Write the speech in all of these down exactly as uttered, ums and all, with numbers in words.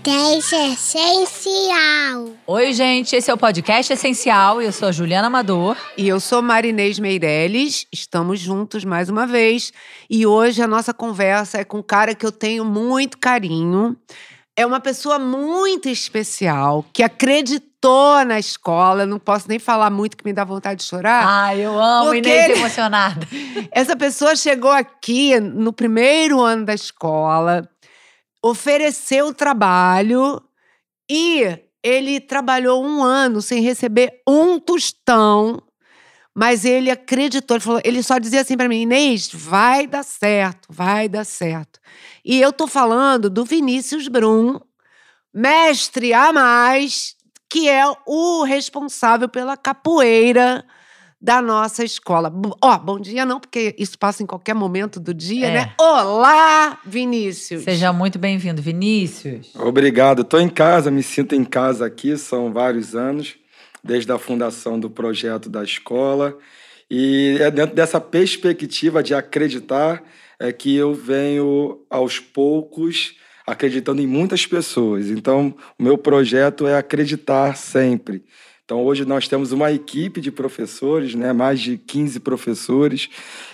Podcast Essencial. Oi, gente, esse é o Podcast Essencial. Eu sou a Juliana Amador. E eu sou Marinês Meirelles. Estamos juntos mais uma vez. E hoje a nossa conversa é com um cara que eu tenho muito carinho. É uma pessoa muito especial, que acreditou na escola. Não posso nem falar muito, que me dá vontade de chorar. Ah, eu amo Porque Inês ele... emocionada. Essa pessoa chegou aqui no primeiro ano da escola, ofereceu o trabalho e ele trabalhou um ano sem receber um tostão, mas ele acreditou, ele, falou, ele só dizia assim pra mim: Inês, vai dar certo, vai dar certo. E eu tô falando do Vinícius Brum, mestre a mais, que é o responsável pela capoeira da nossa escola. Ó, oh, bom dia não, porque isso passa em qualquer momento do dia, é. né? Olá, Vinícius! Seja muito bem-vindo, Vinícius. Obrigado. Estou em casa, me sinto em casa aqui, são vários anos, desde a fundação do projeto da escola. E é dentro dessa perspectiva de acreditar é que eu venho, aos poucos, acreditando em muitas pessoas. Então, o meu projeto é acreditar sempre. Então, hoje nós temos uma equipe de professores, né? Mais de quinze professores,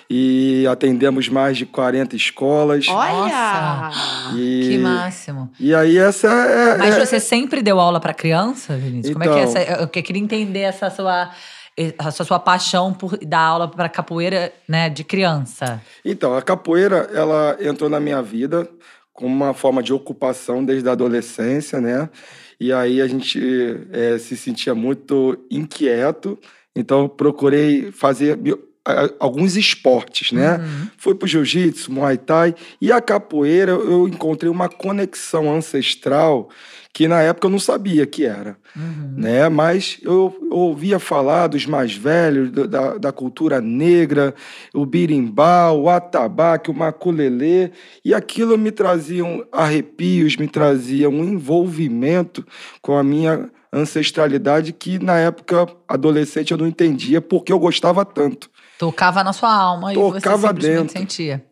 e atendemos mais de quarenta escolas. Olha! E... Que máximo! E aí essa é... Mas é... você sempre deu aula para criança, Vinícius? Então... Como é que é essa... Eu queria entender essa sua, essa sua paixão por dar aula para capoeira, né, de criança. Então, a capoeira, ela entrou na minha vida como uma forma de ocupação desde a adolescência, né? E aí a gente é, se sentia muito inquieto, então procurei fazer alguns esportes, né? Uhum. Fui pro jiu-jitsu, muay thai, e a capoeira eu encontrei uma conexão ancestral que na época eu não sabia que era, uhum. né? Mas eu, eu ouvia falar dos mais velhos, da, da cultura negra, o birimbau, o atabaque, o maculelê, e aquilo me trazia arrepios, me trazia um envolvimento com a minha ancestralidade que na época adolescente eu não entendia porque eu gostava tanto. Tocava na sua alma. Tocava e você simplesmente dentro. sentia.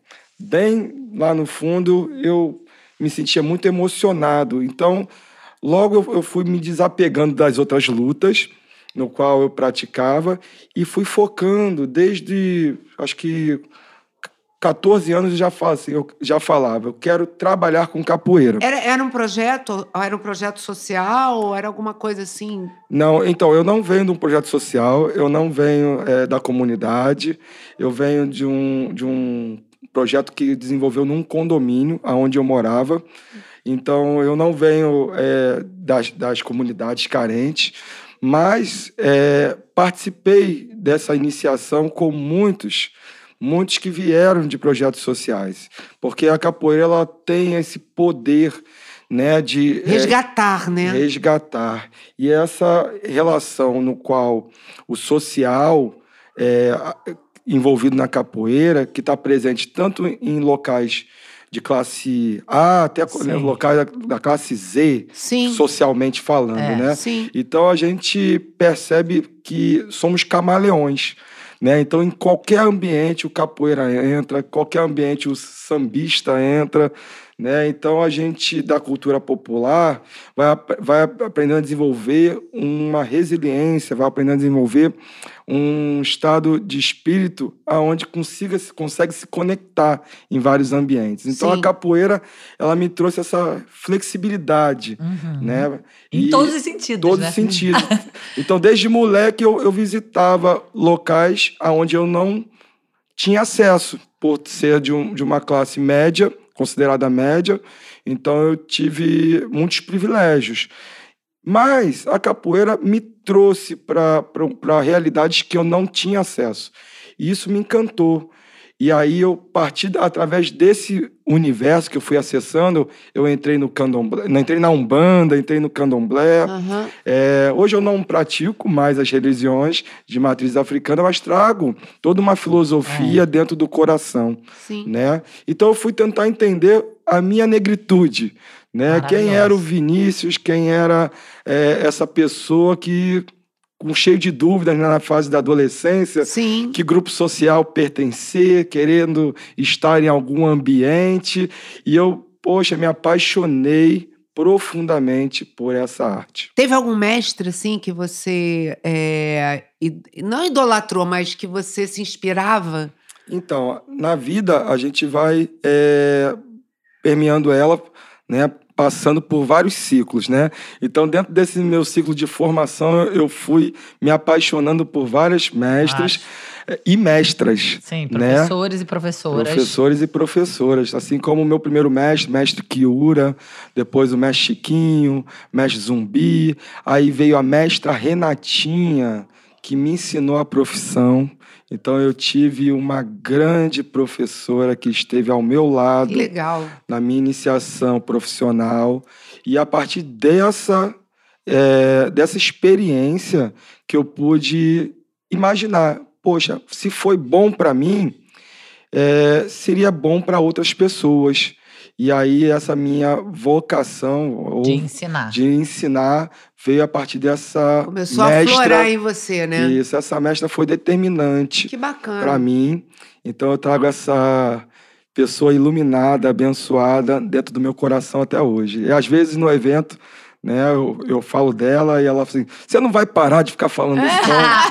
Bem lá no fundo eu me sentia muito emocionado, então logo eu fui me desapegando das outras lutas, no qual eu praticava, e fui focando desde, acho que, catorze anos eu já, falo assim, eu já falava, eu quero trabalhar com capoeira. Era, era um projeto, era um projeto social, ou era alguma coisa assim? Não, então, eu não venho de um projeto social, eu não venho é, da comunidade, eu venho de um, de um projeto que desenvolveu num condomínio, onde eu morava. Então, eu não venho é, das, das comunidades carentes, mas é, participei dessa iniciação com muitos, muitos que vieram de projetos sociais, porque a capoeira ela tem esse poder, né, de resgatar, é, né? Resgatar. E essa relação no qual o social é envolvido na capoeira, que está presente tanto em locais de classe A até né, locais da, da classe Z, sim. socialmente falando, é, né? Sim. Então a gente percebe que somos camaleões, né? Então em qualquer ambiente o capoeira entra, qualquer ambiente o sambista entra, né? Então a gente da cultura popular vai, vai aprendendo a desenvolver uma resiliência, vai aprendendo a desenvolver um estado de espírito aonde consiga, consegue se conectar em vários ambientes. Então, Sim. a capoeira, ela me trouxe essa flexibilidade, uhum. né? Em e todos os sentidos, todos né? os sentidos. Então, desde moleque, eu, eu visitava locais aonde eu não tinha acesso, por ser de, um, de uma classe média, considerada média. Então, eu tive muitos privilégios. Mas a capoeira me trouxe para realidades que eu não tinha acesso. E isso me encantou. E aí eu parti, através desse universo que eu fui acessando, eu entrei no candomblé, entrei na Umbanda, entrei no candomblé. Uhum. É, hoje eu não pratico mais as religiões de matriz africana, mas trago toda uma filosofia é. dentro do coração. Sim. Né? Então eu fui tentar entender a minha negritude. Né? Quem era o Vinícius, quem era é, essa pessoa que, com cheio de dúvidas né, na fase da adolescência, Sim. que grupo social pertencer, querendo estar em algum ambiente. E eu, poxa, me apaixonei profundamente por essa arte. Teve algum mestre, assim, que você é, não idolatrou, mas que você se inspirava? Então, na vida, a gente vai é, permeando ela, né, passando por vários ciclos, né? Então, dentro desse meu ciclo de formação, eu fui me apaixonando por várias mestras ah. e mestras. Sim, professores né? e professoras. Professores e professoras. Assim como o meu primeiro mestre, mestre Kiura, depois o mestre Chiquinho, mestre Zumbi, aí veio a mestra Renatinha, que me ensinou a profissão. Então, eu tive uma grande professora que esteve ao meu lado. Que legal. Na minha iniciação profissional. E a partir dessa, é, dessa experiência que eu pude imaginar, poxa, se foi bom para mim, é, seria bom para outras pessoas. E aí essa minha vocação de ensinar, de ensinar veio a partir dessa Começou mestra, a florar em você, né? Isso, essa mestra foi determinante. Que bacana. Para mim. Então eu trago essa pessoa iluminada, abençoada dentro do meu coração até hoje. E às vezes no evento, né, eu, eu falo dela e ela fala assim, você não vai parar de ficar falando isso,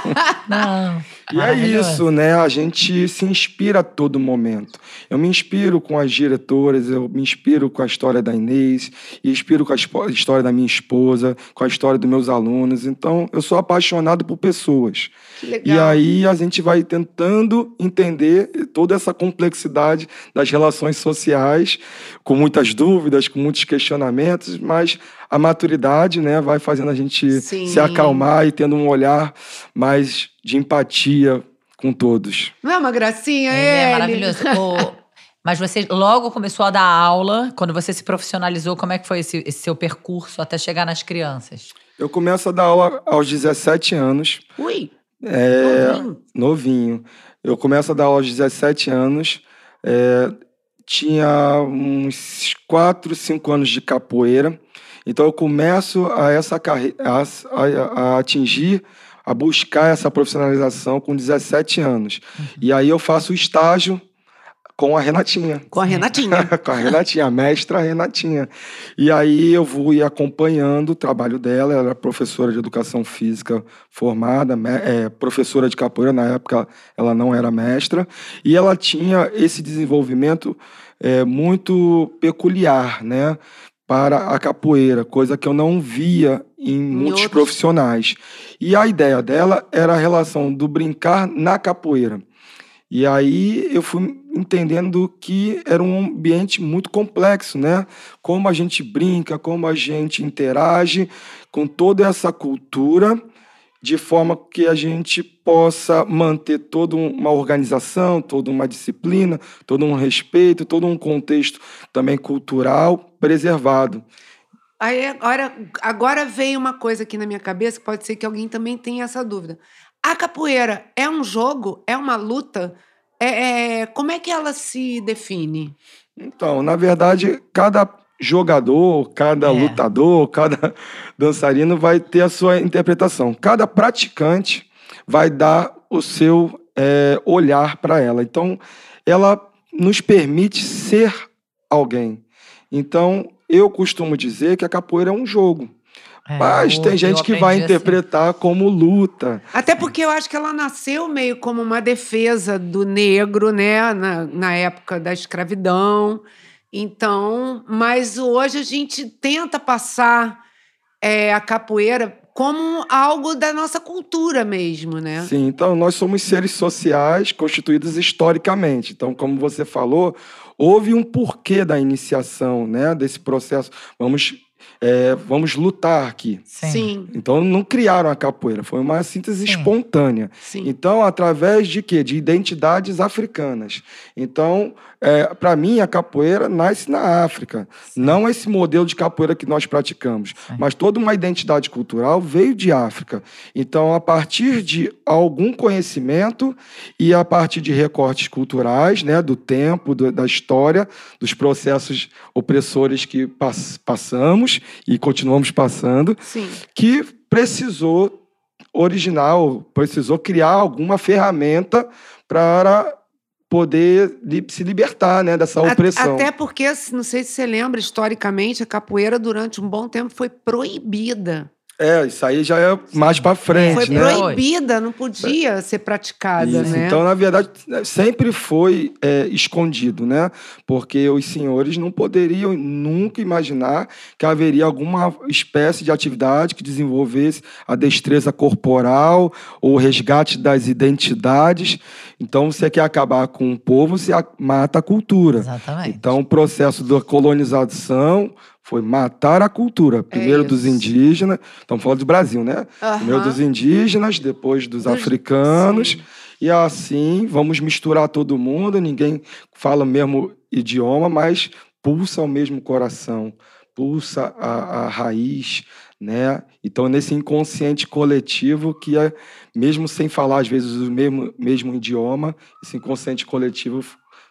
não? Não. E é isso, né? A gente se inspira a todo momento. Eu me inspiro com as diretoras, eu me inspiro com a história da Inês, e inspiro com a história da minha esposa, com a história dos meus alunos. Então, eu sou apaixonado por pessoas. Que legal. E aí a gente vai tentando entender toda essa complexidade das relações sociais, com muitas dúvidas, com muitos questionamentos, mas a maturidade, né, vai fazendo a gente Sim. se acalmar e tendo um olhar mais de empatia com todos. Não é uma gracinha, ele? Ele é maravilhoso. O... Mas você logo começou a dar aula, quando você se profissionalizou, como é que foi esse, esse seu percurso até chegar nas crianças? Eu começo a dar aula aos dezessete anos. Ui, é, novinho. Novinho. Eu começo a dar aula aos dezessete anos. É, tinha uns quatro, cinco anos de capoeira. Então eu começo a, essa carre... a, a, a atingir... a buscar essa profissionalização com dezessete anos. Uhum. E aí eu faço o estágio com a Renatinha. Com a Renatinha. Com a Renatinha, a mestra Renatinha. E aí eu fui acompanhando o trabalho dela. Ela era professora de educação física formada, é, professora de capoeira, na época ela não era mestra. E ela tinha esse desenvolvimento é, muito peculiar, né, para a capoeira, coisa que eu não via em, em muitos outros... profissionais. E a ideia dela era a relação do brincar na capoeira. E aí eu fui entendendo que era um ambiente muito complexo, né? Como a gente brinca, como a gente interage com toda essa cultura, de forma que a gente possa manter toda uma organização, toda uma disciplina, todo um respeito, todo um contexto também cultural preservado. Aí, agora, agora veio uma coisa aqui na minha cabeça, que pode ser que alguém também tenha essa dúvida. A capoeira é um jogo? É uma luta? É, é, como é que ela se define? Então, na verdade, cada jogador, cada é. lutador, cada dançarino vai ter a sua interpretação. Cada praticante vai dar o seu é, olhar para ela. Então, ela nos permite ser alguém. Então, eu costumo dizer que a capoeira é um jogo. É, Mas eu, tem gente que vai interpretar assim. Como luta. Até porque eu acho que ela nasceu meio como uma defesa do negro, né? Na, na época da escravidão. Então, mas hoje a gente tenta passar é, a capoeira como algo da nossa cultura mesmo, né? Sim, então nós somos seres sociais constituídos historicamente. Então, como você falou, houve um porquê da iniciação, né, desse processo. Vamos... É, vamos lutar aqui. Sim. Então, não criaram a capoeira. Foi uma síntese Sim. espontânea. Sim. Então, através de quê? De identidades africanas. Então, é, para mim, a capoeira nasce na África. Sim. Não esse modelo de capoeira que nós praticamos. Sim. Mas toda uma identidade cultural veio de África. Então, a partir de algum conhecimento e a partir de recortes culturais, né, do tempo, do, da história, dos processos opressores que pass- passamos, e continuamos passando, Sim. que precisou original, precisou criar alguma ferramenta para poder li- se libertar, né, dessa A- opressão. Até porque, não sei se você lembra, historicamente, a capoeira durante um bom tempo foi proibida. É, isso aí já é mais pra frente, Foi né? proibida, não podia ser praticada, Isso. né? Então, na verdade, sempre foi é, escondido, né? Porque os senhores não poderiam nunca imaginar que haveria alguma espécie de atividade que desenvolvesse a destreza corporal ou o resgate das identidades. Então, você quer acabar com o povo, você a- mata a cultura. Exatamente. Então, o processo da colonização foi matar a cultura. Primeiro dos isso. indígenas, estamos falando do Brasil, né? Aham. Primeiro dos indígenas, depois dos, Dos- africanos. sim. E assim, vamos misturar todo mundo, ninguém fala o mesmo idioma, mas pulsa o mesmo coração, pulsa a, a raiz, né? Então, nesse inconsciente coletivo que é, mesmo sem falar, às vezes, o mesmo, mesmo idioma, esse inconsciente coletivo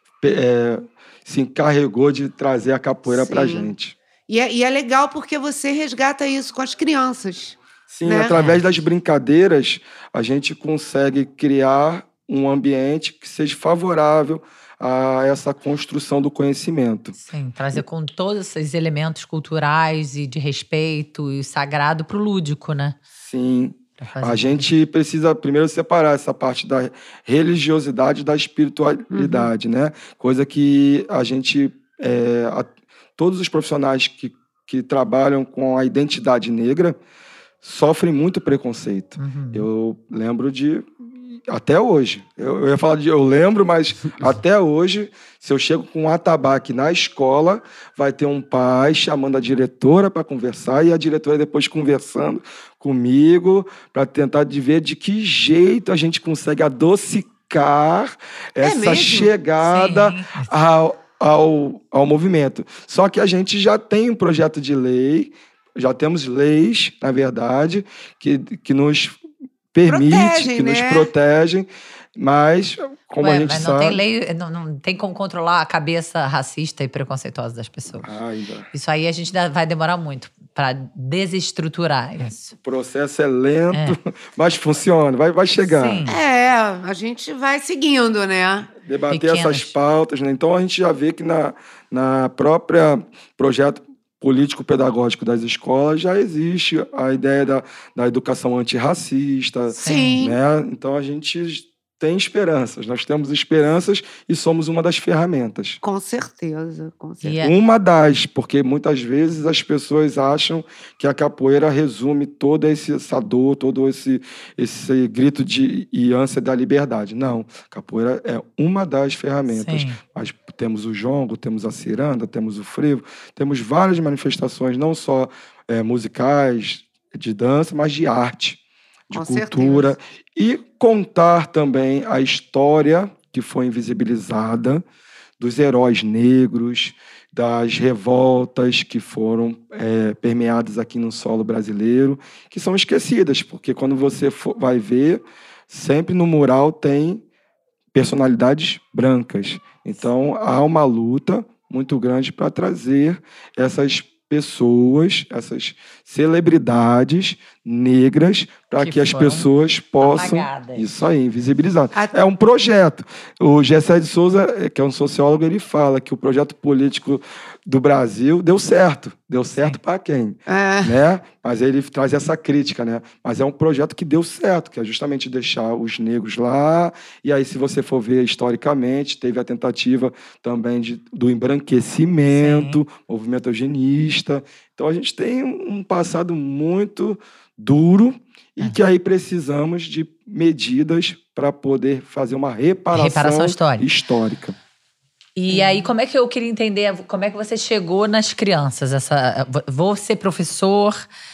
é, se encarregou de trazer a capoeira Sim. pra gente. E é, e é legal porque você resgata isso com as crianças. Sim, né? através das brincadeiras, a gente consegue criar um ambiente que seja favorável a essa construção do conhecimento. Sim, trazer com todos esses elementos culturais e de respeito e sagrado pro lúdico, né? Sim, Pra fazer a gente precisa primeiro separar essa parte da religiosidade da espiritualidade, né? Coisa que a gente, é, a- todos os profissionais que, que trabalham com a identidade negra sofrem muito preconceito. Uhum. Eu lembro de até hoje. Eu, eu ia falar de eu lembro, mas até hoje, se eu chego com um atabaque na escola, vai ter um pai chamando a diretora para conversar e a diretora depois conversando comigo para tentar de ver de que jeito a gente consegue adocicar essa mesmo? chegada Sim. ao, ao, ao movimento. Só que a gente já tem um projeto de lei, já temos leis, na verdade, que, que nos permite, Protegem, que nos né? protegem, mas como Ué, a gente mas não sabe... tem lei, não, não tem como controlar a cabeça racista e preconceituosa das pessoas. Ah, ainda. Isso aí a gente ainda vai demorar muito pra desestruturar isso. O processo é lento, mas funciona, vai, vai chegar. Sim. É, a gente vai seguindo, né? Debater Pequenas. essas pautas, né? Então a gente já vê que na, na própria projeto político-pedagógico das escolas já existe a ideia da, da educação antirracista. Sim. Né? Então a gente tem esperanças, nós temos esperanças e somos uma das ferramentas. Com certeza, com certeza. E é- Uma das, porque muitas vezes as pessoas acham que a capoeira resume toda esse- essa dor, todo esse, esse grito de e ânsia da liberdade. Não, capoeira é uma das ferramentas. Sim. Mas temos o jongo, temos a ciranda, temos o frevo, temos várias manifestações, não só eh, musicais, de dança, mas de arte, de Com cultura. E contar também a história que foi invisibilizada dos heróis negros, das revoltas que foram eh, permeadas aqui no solo brasileiro, que são esquecidas, porque quando você for, vai ver, sempre no mural tem personalidades brancas. Então, há uma luta muito grande para trazer essas pessoas, essas celebridades negras, para Que que, as foram pessoas possam... apagadas. Isso aí, invisibilizar. A- É um projeto. O Gessé de Souza, que é um sociólogo, ele fala que o projeto político do Brasil deu certo. Deu certo para quem? É. Né? Mas ele traz essa crítica, né? Mas é um projeto que deu certo, que é justamente deixar os negros lá. E aí, se você for ver historicamente, teve a tentativa também de, do embranquecimento, movimento eugenista. Então, a gente tem um passado muito duro e É. que aí precisamos de medidas para poder fazer uma reparação, Reparação histórica. histórica. E aí, como é que eu queria entender, como é que você chegou nas crianças? Essa, vou ser professor,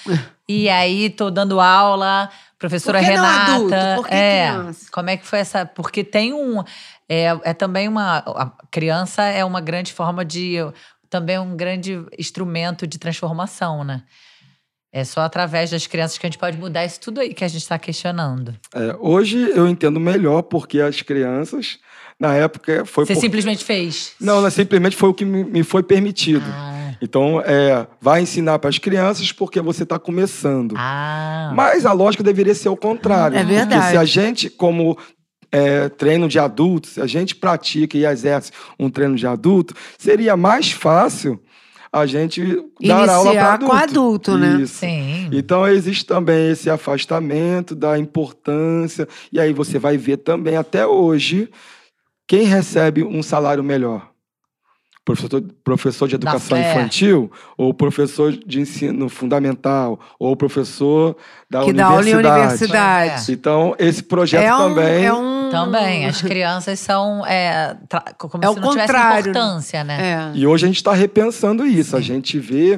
e aí tô dando aula, professora Por que não Renata. adulto? Por que é, criança? como é que foi essa? Porque tem um. É, é também uma. A criança é uma grande forma de. Também um grande instrumento de transformação, né? É só através das crianças que a gente pode mudar isso tudo aí que a gente está questionando. É, hoje eu entendo melhor porque as crianças, na época, foi Você por... simplesmente fez. Não, não, simplesmente foi o que me, me foi permitido. Ah. Então, é, vai ensinar para as crianças porque você está começando. Ah. Mas a lógica deveria ser o contrário. É verdade. Porque se a gente, como é, treino de adultos, se a gente pratica e exerce um treino de adulto, seria mais fácil a gente dar aula para adulto. com adulto, né? Isso. Sim. Então, existe também esse afastamento da importância. E aí você vai ver também, até hoje, quem recebe um salário melhor. Professor, professor de educação infantil, ou professor de ensino fundamental, ou professor da que universidade. dá aula em universidade. Então, esse projeto é um, também... É um... Também, as crianças são é, como é se não tivesse importância, né? É. E hoje a gente está repensando isso. Sim. A gente vê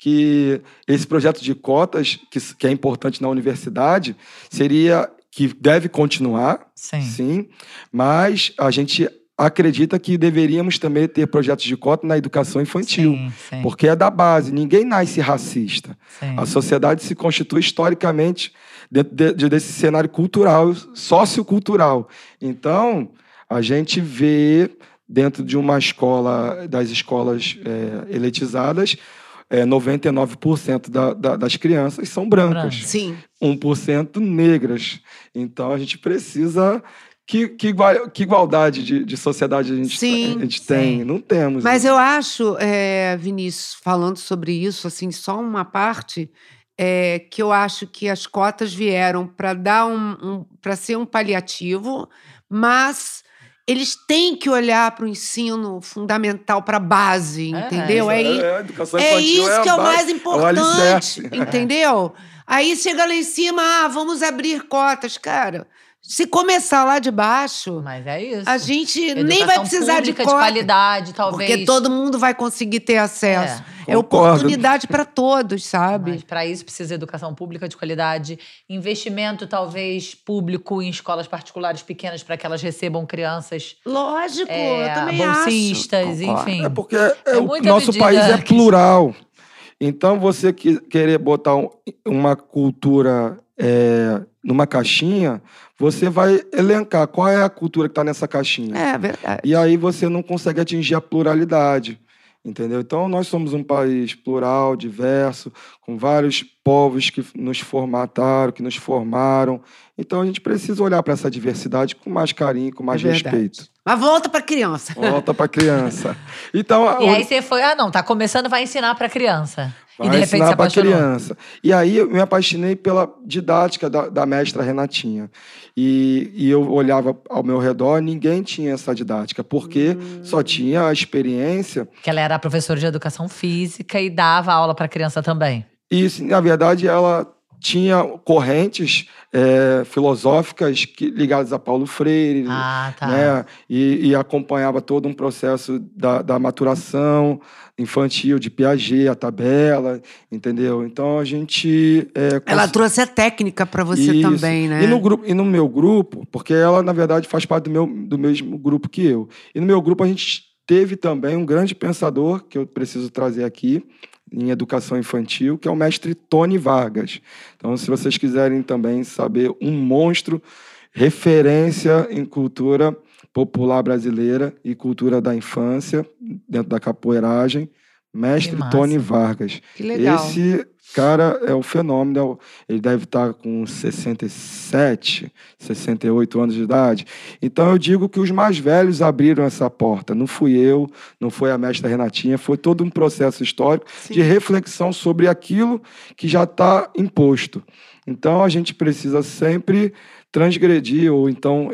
que esse projeto de cotas, que, que é importante na universidade, seria que deve continuar, sim. sim, mas a gente acredita que deveríamos também ter projetos de cota na educação infantil, sim, sim. porque é da base. Ninguém nasce racista. Sim. A sociedade se constitui historicamente dentro de, de, desse cenário cultural, sociocultural. Então, a gente vê dentro de uma escola, das escolas é, elitizadas, é, noventa e nove por cento da, da, das crianças são brancas. Branco. Sim. um por cento negras. Então, a gente precisa... Que, que, igual, que igualdade de, de sociedade a gente, sim, a gente tem? sim. Não temos. Mas né? eu acho, é, Vinícius, falando sobre isso, assim, só uma parte, é, que eu acho que as cotas vieram para dar um, um para ser um paliativo, mas eles têm que olhar para o ensino fundamental, para a base, É, entendeu? É, é, a educação é infantil isso é a que é o base, mais é o importante, alicerce. entendeu? Aí chega lá em cima, ah, vamos abrir cotas. Cara, se começar lá de baixo, Mas é isso. a gente Educação nem vai precisar de pública, cota. de qualidade, talvez. Porque todo mundo vai conseguir ter acesso. É, é Concordo. oportunidade para todos, sabe? Mas para isso precisa de educação pública de qualidade, investimento talvez público em escolas particulares pequenas para que elas recebam crianças Lógico, é, eu também bolsistas, acho. Concordo. enfim. É porque é, É o muita nosso medida país é que- plural. Então, você que, querer botar um- uma cultura é, numa caixinha, você vai elencar qual é a cultura que está nessa caixinha. É verdade. E aí você não consegue atingir a pluralidade, entendeu? Então, nós somos um país plural, diverso, com vários povos que nos formataram, que nos formaram. Então, a gente precisa olhar para essa diversidade com mais carinho, com mais É verdade. respeito. Mas volta para criança. Volta para a criança. Então, E aí você foi, ah não, tá começando, vai ensinar para criança. vai e de repente ensinar se para apaixonou. criança. E aí eu me apaixonei pela didática da, da mestra Renatinha. E, e eu olhava ao meu redor, ninguém tinha essa didática, porque Hum. só tinha a experiência. Que ela era professora de educação física e dava aula para criança também. E, na verdade, ela tinha correntes é, filosóficas que, ligadas a Paulo Freire, Ah, tá. né? E, e acompanhava todo um processo da, da maturação infantil, de Piaget, a tabela, entendeu? Então, a gente... é, Ela cons- trouxe a técnica para você Isso. também, né? E no, grupo, e no meu grupo, porque ela, na verdade, faz parte do, meu, do mesmo grupo que eu. E no meu grupo, a gente teve também um grande pensador, que eu preciso trazer aqui, em educação infantil, que é o mestre Tony Vargas. Então, se vocês quiserem também saber um monstro, referência em cultura popular brasileira e cultura da infância, dentro da capoeiragem, mestre Que massa. Tony Vargas. Que legal. Esse cara é um fenômeno. Ele deve estar com sessenta e sete, sessenta e oito anos de idade. Então, eu digo que os mais velhos abriram essa porta. Não fui eu, não foi a mestra Renatinha, foi todo um processo histórico Sim. de reflexão sobre aquilo que já está imposto. Então, a gente precisa sempre transgredir ou, então,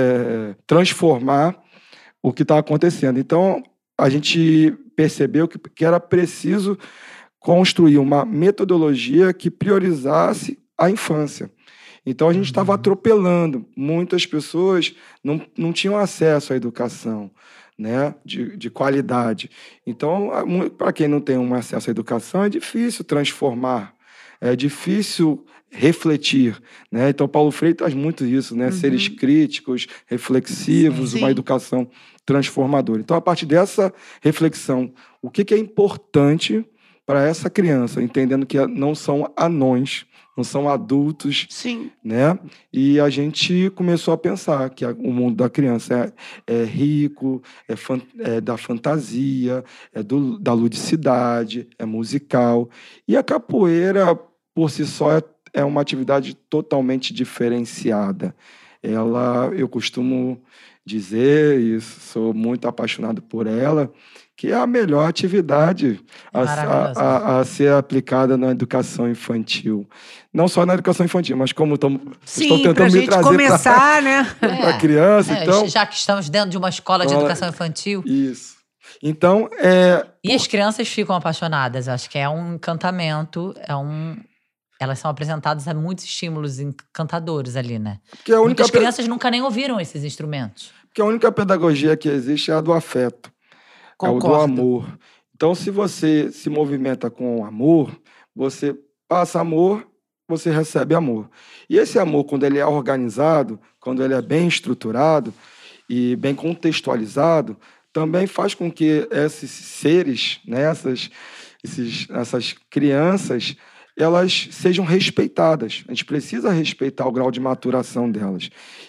é, transformar o que está acontecendo. Então, a gente percebeu que, que era preciso construir uma metodologia que priorizasse a infância. Então, a gente estava atropelando. Muitas pessoas não, não tinham acesso à educação, né, de, de qualidade. Então, para quem não tem um acesso à educação, é difícil transformar, é difícil refletir, né? Então, Paulo Freire traz muito isso, né? Uhum. Seres críticos, reflexivos, Sim. uma educação transformadora. Então, a partir dessa reflexão, o que, que é importante para essa criança, entendendo que não são anões, não são adultos, Sim. né? E a gente começou a pensar que a, o mundo da criança é, é rico, é, fan, é da fantasia, é do, da ludicidade, é musical. E a capoeira, por si só, é, é uma atividade totalmente diferenciada. ela, eu costumo dizer, e sou muito apaixonado por ela, que é a melhor atividade a, a, a, a ser aplicada na educação infantil. Não só na educação infantil, mas como tom, estou tentando me trazer começar, né? para a criança. É, então, já que estamos dentro de uma escola de educação infantil. Isso. Então, é... E as crianças ficam apaixonadas. Acho que é um encantamento, é um... Elas são apresentadas a muitos estímulos encantadores ali, né? Porque a única Muitas pe- crianças nunca nem ouviram esses instrumentos. Porque a única pedagogia que existe é a do afeto. É o do Concordo. amor. Então, se você se movimenta com amor, você passa amor, você recebe amor. E esse amor, quando ele é organizado, quando ele é bem estruturado e bem contextualizado, também faz com que esses seres, né, essas, esses, essas crianças, elas sejam respeitadas. A gente precisa respeitar o grau de maturação delas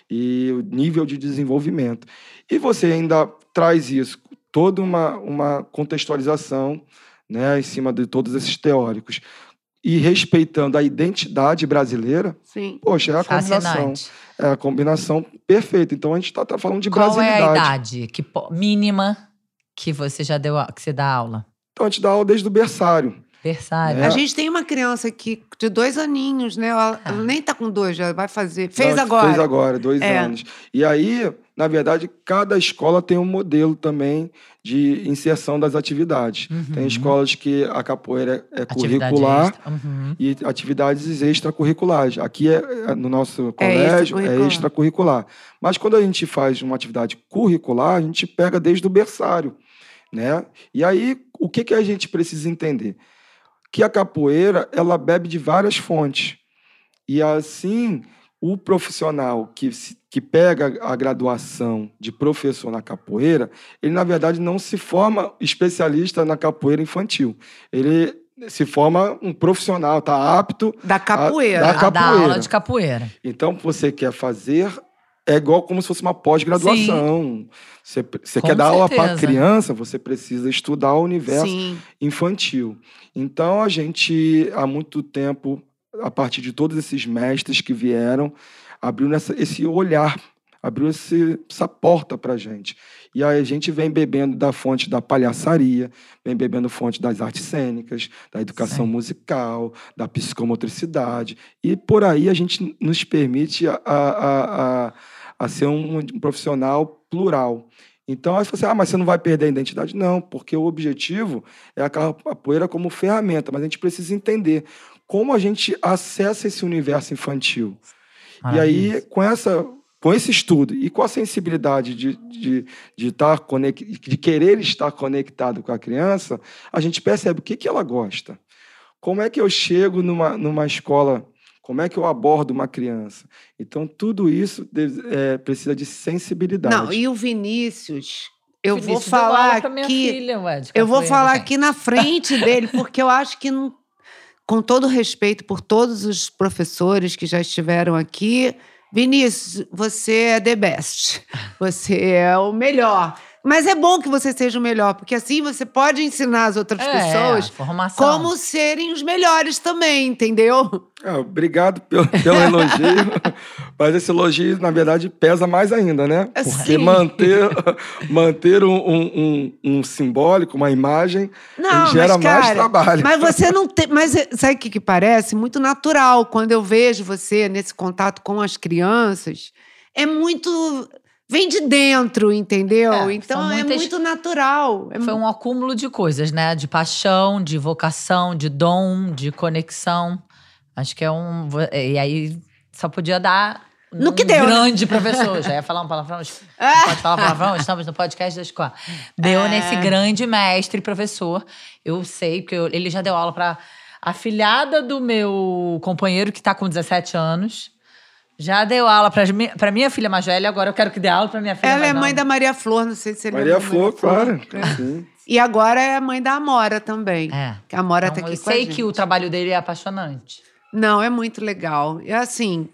e o nível de desenvolvimento. E você ainda traz isso, toda uma, uma contextualização, né, em cima de todos esses teóricos, e respeitando a identidade brasileira. Sim. Poxa, é a combinação. Fascinante. É a combinação perfeita. Então, a gente está tá falando de Qual brasilidade. é a idade que, po- mínima que você já deu, a- que você dá aula? Então, a gente dá aula desde o berçário. Berçário. É. A gente tem uma criança aqui de dois aninhos, né? Ela, Ah. ela nem tá com dois, já vai fazer. Fez Não, agora. Fez agora, dois É. anos. E aí, na verdade, cada escola tem um modelo também de inserção das atividades. Uhum. Tem escolas que a capoeira é Atividade curricular extra. Uhum. e atividades extracurriculares. Aqui, é, é, no nosso É colégio, é extracurricular. extracurricular. Mas quando a gente faz uma atividade curricular, a gente pega desde o berçário, né? E aí, o que, que a gente precisa entender? Que a capoeira, ela bebe de várias fontes. E assim, o profissional que, se- que pega a graduação de professor na capoeira, ele, na verdade, não se forma especialista na capoeira infantil. Ele se forma um profissional, está apto Da capoeira. Da A dar capoeira. aula de capoeira. Então, você quer fazer... É igual como se fosse uma pós-graduação. Você, você Com quer dar aula para certeza. criança, você precisa estudar o universo Sim. infantil. Então, a gente, há muito tempo, a partir de todos esses mestres que vieram, abriu nessa, esse olhar, abriu esse, essa porta para a gente. E aí a gente vem bebendo da fonte da palhaçaria, vem bebendo fonte das artes cênicas, da educação Sim. musical, da psicomotricidade. E por aí a gente nos permite a, a, a, a ser um, um profissional plural. Então, aí você fala assim, ah, mas você não vai perder a identidade? Não, porque o objetivo é a capoeira como ferramenta, mas a gente precisa entender como a gente acessa esse universo infantil. E aí, Maravilhoso. com, essa, com esse estudo e com a sensibilidade de, de, de, estar conect, de querer estar conectado com a criança, a gente percebe o que, que ela gosta. Como é que eu chego numa, numa escola, como é que eu abordo uma criança? Então, tudo isso é, precisa de sensibilidade. Não, e o Vinícius, eu Vinícius vou deu aula falar pra minha aqui. filha, ué, de Eu vou capoeira, falar gente. aqui na frente dele, porque eu acho que, não, com todo respeito por todos os professores que já estiveram aqui, Vinícius, você é the best. Você é o melhor. Mas é bom que você seja o melhor, porque assim você pode ensinar as outras É, pessoas formação. como serem os melhores também, entendeu? Ah, obrigado pelo, pelo elogio, mas esse elogio, na verdade, pesa mais ainda, né? Porque Sim. manter, manter um, um, um, um simbólico, uma imagem, Não, gera mas, cara, mais trabalho. Mas você não tem. Mas sabe o que, que parece? Muito natural. Quando eu vejo você nesse contato com as crianças, é muito. Vem de dentro, entendeu? É, então são é muitas- muito natural. É Foi um acúmulo de coisas, né? De paixão, de vocação, de dom, de conexão. Acho que é um... E aí, só podia dar No um que deu, né? grande professor. Já ia falar um palavrão? Não pode falar palavrão? Estamos no podcast da escola. Deu É. nesse grande mestre e professor. Eu sei, porque eu- ele já deu aula para a filhada do meu companheiro, que tá com dezessete anos. Já deu aula pra, mi- pra minha filha mais velha, agora eu quero que dê aula pra minha filha Ela mais é mãe nova. da Maria Flor, não sei se você Maria lembra. Flor, claro. É. Sim. E agora é a mãe da Amora também. É. Que a Amora Então, tá aqui eu com a sei gente. que o trabalho dele é apaixonante. Não, é muito legal. É assim.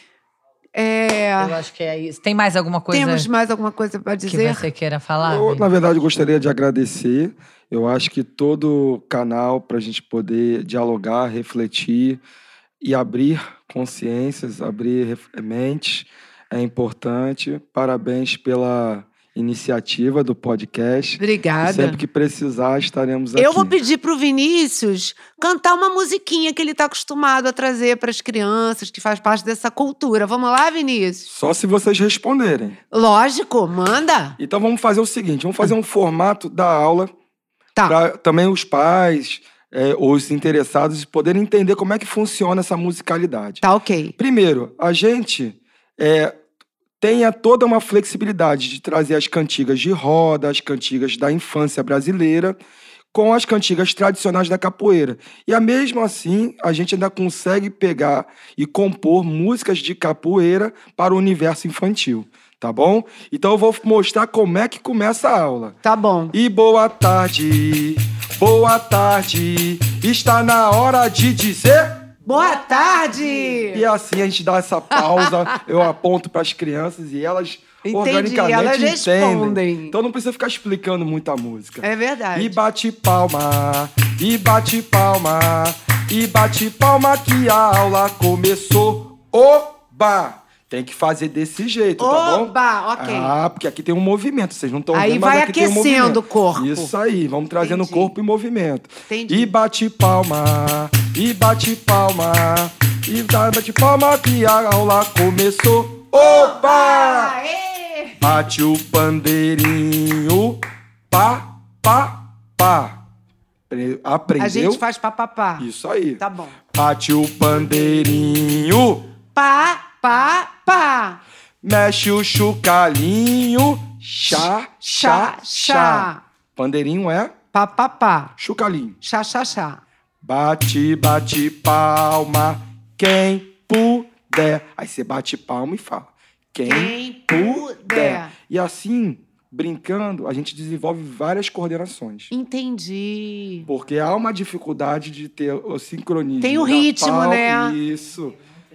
é, Eu acho que é isso. Tem mais alguma coisa Temos mais alguma coisa para que dizer? você queira falar? Eu, Vini? na verdade, gostaria de agradecer. Eu acho que todo canal para a gente poder dialogar, refletir e abrir consciências, abrir ref- mentes, é importante. Parabéns pela iniciativa do podcast. Obrigada. E sempre que precisar, estaremos aqui. Eu vou pedir pro Vinícius cantar uma musiquinha que ele tá acostumado a trazer para as crianças, que faz parte dessa cultura. Vamos lá, Vinícius? Só se vocês responderem. Lógico, manda. Então vamos fazer o seguinte, vamos fazer um formato da aula Tá. para também os pais, é, os interessados poderem entender como é que funciona essa musicalidade. Tá, ok. Primeiro, a gente é, tenha toda uma flexibilidade de trazer as cantigas de roda, as cantigas da infância brasileira, com as cantigas tradicionais da capoeira. E, a mesmo assim, a gente ainda consegue pegar e compor músicas de capoeira para o universo infantil, tá bom? Então, eu vou mostrar como é que começa a aula. Tá bom. E boa tarde, boa tarde, está na hora de dizer... Boa tarde! E assim a gente dá essa pausa, eu aponto para as crianças e elas Entendi, organicamente elas entendem. respondem. Então não precisa ficar explicando muita música. É verdade. E bate palma, e bate palma, e bate palma que a aula começou. Oba! Tem que fazer desse jeito, tá bom? Oba, ok. Ah, porque aqui tem um movimento, vocês não estão Aí vendo, vai mas aqui tem um aquecendo movimento. o corpo. Isso aí, vamos trazendo o Entendi. corpo em movimento. Entendi. E bate palma, e bate palma, e bate palma que a aula começou. Opa! Aê! Bate o pandeirinho, pá, pá, pá. Pre- Aprendeu? A gente faz papapá. Isso aí. Tá bom. Bate o pandeirinho, Pá, pá, pá. mexe o chocalhinho, chá, chá, Chá, chá. chá. Pandeirinho é Pá, pá, pá. chocalhinho. Chá, chá, chá. Bate, bate palma, quem puder. Aí você bate palma e fala. Quem, Quem puder. puder. E assim, brincando, a gente desenvolve várias coordenações. Entendi. Porque há uma dificuldade de ter o sincronismo. Tem o da ritmo, palma, né? Isso.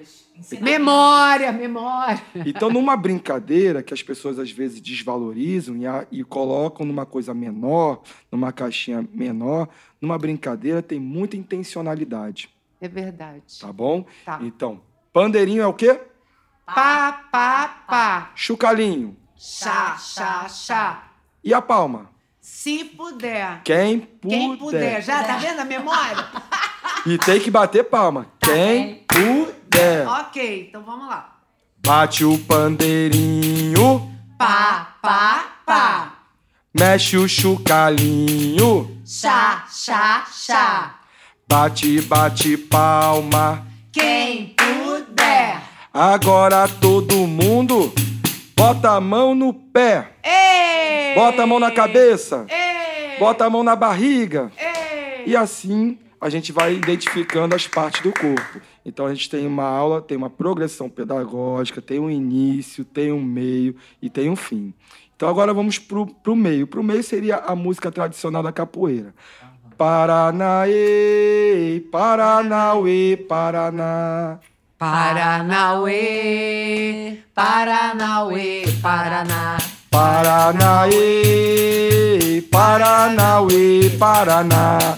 Memória, memória. Então, numa brincadeira que as pessoas às vezes desvalorizam e, a, e colocam numa coisa menor, numa caixinha menor, numa brincadeira tem muita intencionalidade, É verdade. tá bom? Tá. Então, pandeirinho é o quê? Pá, pá, pá. Chocalhinho. Chá, chá, chá. E a palma? Se puder. Quem puder. Quem puder. Já tá vendo a memória? E tem que bater palma. Quem puder. Ok, então vamos lá. Bate o pandeirinho, Pá, pá, pá. mexe o chocalhinho, Chá, chá, chá. bate, bate palma. Quem puder. Agora todo mundo bota a mão no pé, Ei! bota a mão na cabeça, Ei! bota a mão na barriga. Ei! E assim a gente vai identificando as partes do corpo. Então a gente tem uma aula, tem uma progressão pedagógica, tem um início, tem um meio e tem um fim. Então agora vamos pro, pro meio. Pro meio seria a música tradicional da capoeira. Paranaê, Paranauê, Paraná. Paranauê, Paranauê, Paraná. Paranaê, Paranauê, Paraná.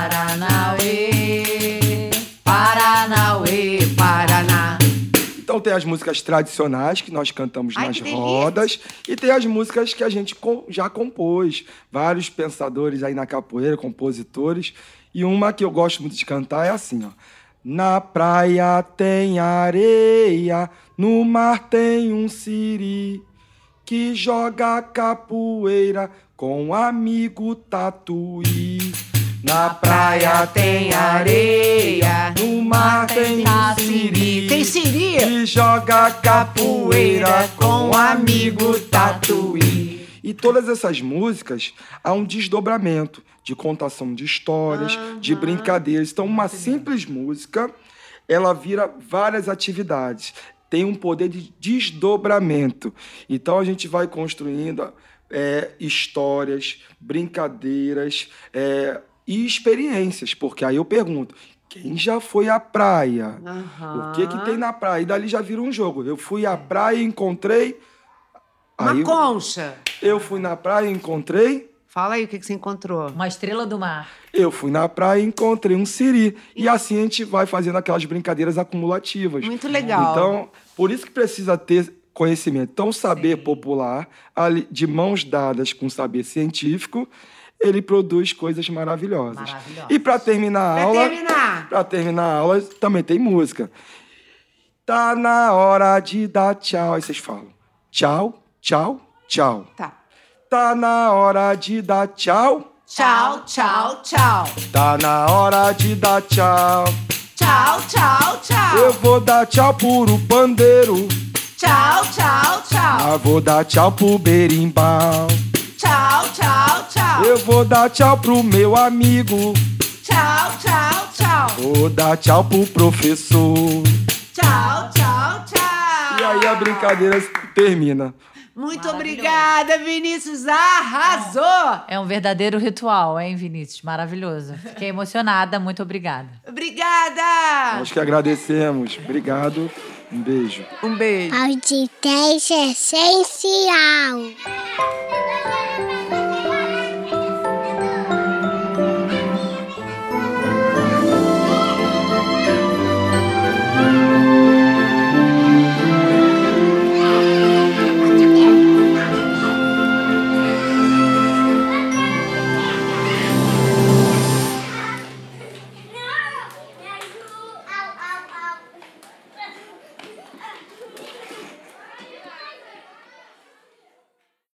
Paranauê, Paranauê, Paraná. Então tem as músicas tradicionais que nós cantamos Ai, nas que delícia. rodas e tem as músicas que a gente co- já compôs. Vários pensadores aí na capoeira, compositores. E uma que eu gosto muito de cantar é assim, ó. Na praia tem areia, no mar tem um siri que joga capoeira com um amigo tatuí. Na praia tem areia, no mar tem um siri. Tem siri? Que joga capoeira com um amigo tatuí. E todas essas músicas há um desdobramento de contação de histórias, de brincadeiras. Então, uma simples música, ela vira várias atividades. Tem um poder de desdobramento. Então, a gente vai construindo é, histórias, brincadeiras, é, e experiências, porque aí eu pergunto, quem já foi à praia? Aham. O que que tem na praia? E dali já vira um jogo. Eu fui à praia e encontrei... Uma Aí concha. eu fui na praia e encontrei... Fala aí o que, que você encontrou. Uma estrela do mar. Eu fui na praia e encontrei um siri. E assim a gente vai fazendo aquelas brincadeiras acumulativas. Muito legal. Então, por isso que precisa ter conhecimento. Então, o saber Sim. popular, ali, de mãos dadas com o saber científico, ele produz coisas maravilhosas. Maravilhosa. E para terminar a Pra aula, terminar. para terminar a aula, também tem música. Tá na hora de dar tchau. Aí vocês falam: tchau, tchau, tchau. Tá. Tá na hora de dar tchau. Tchau, tchau, tchau. Tá na hora de dar tchau. Tchau, tchau, tchau. Eu vou dar tchau pro pandeiro. Tchau, tchau, tchau. Eu vou dar tchau pro berimbau. Tchau, tchau, tchau. Eu vou dar tchau pro meu amigo. Tchau, tchau, tchau. Vou dar tchau pro professor. Tchau, tchau, tchau. E aí a brincadeira termina. Muito Maravilhoso. obrigada, Vinícius. Arrasou. É um verdadeiro ritual, hein, Vinícius? Maravilhoso. Fiquei emocionada. Muito obrigada. Obrigada. Nós que agradecemos. Obrigado. Um beijo. Um beijo. Audiência essencial.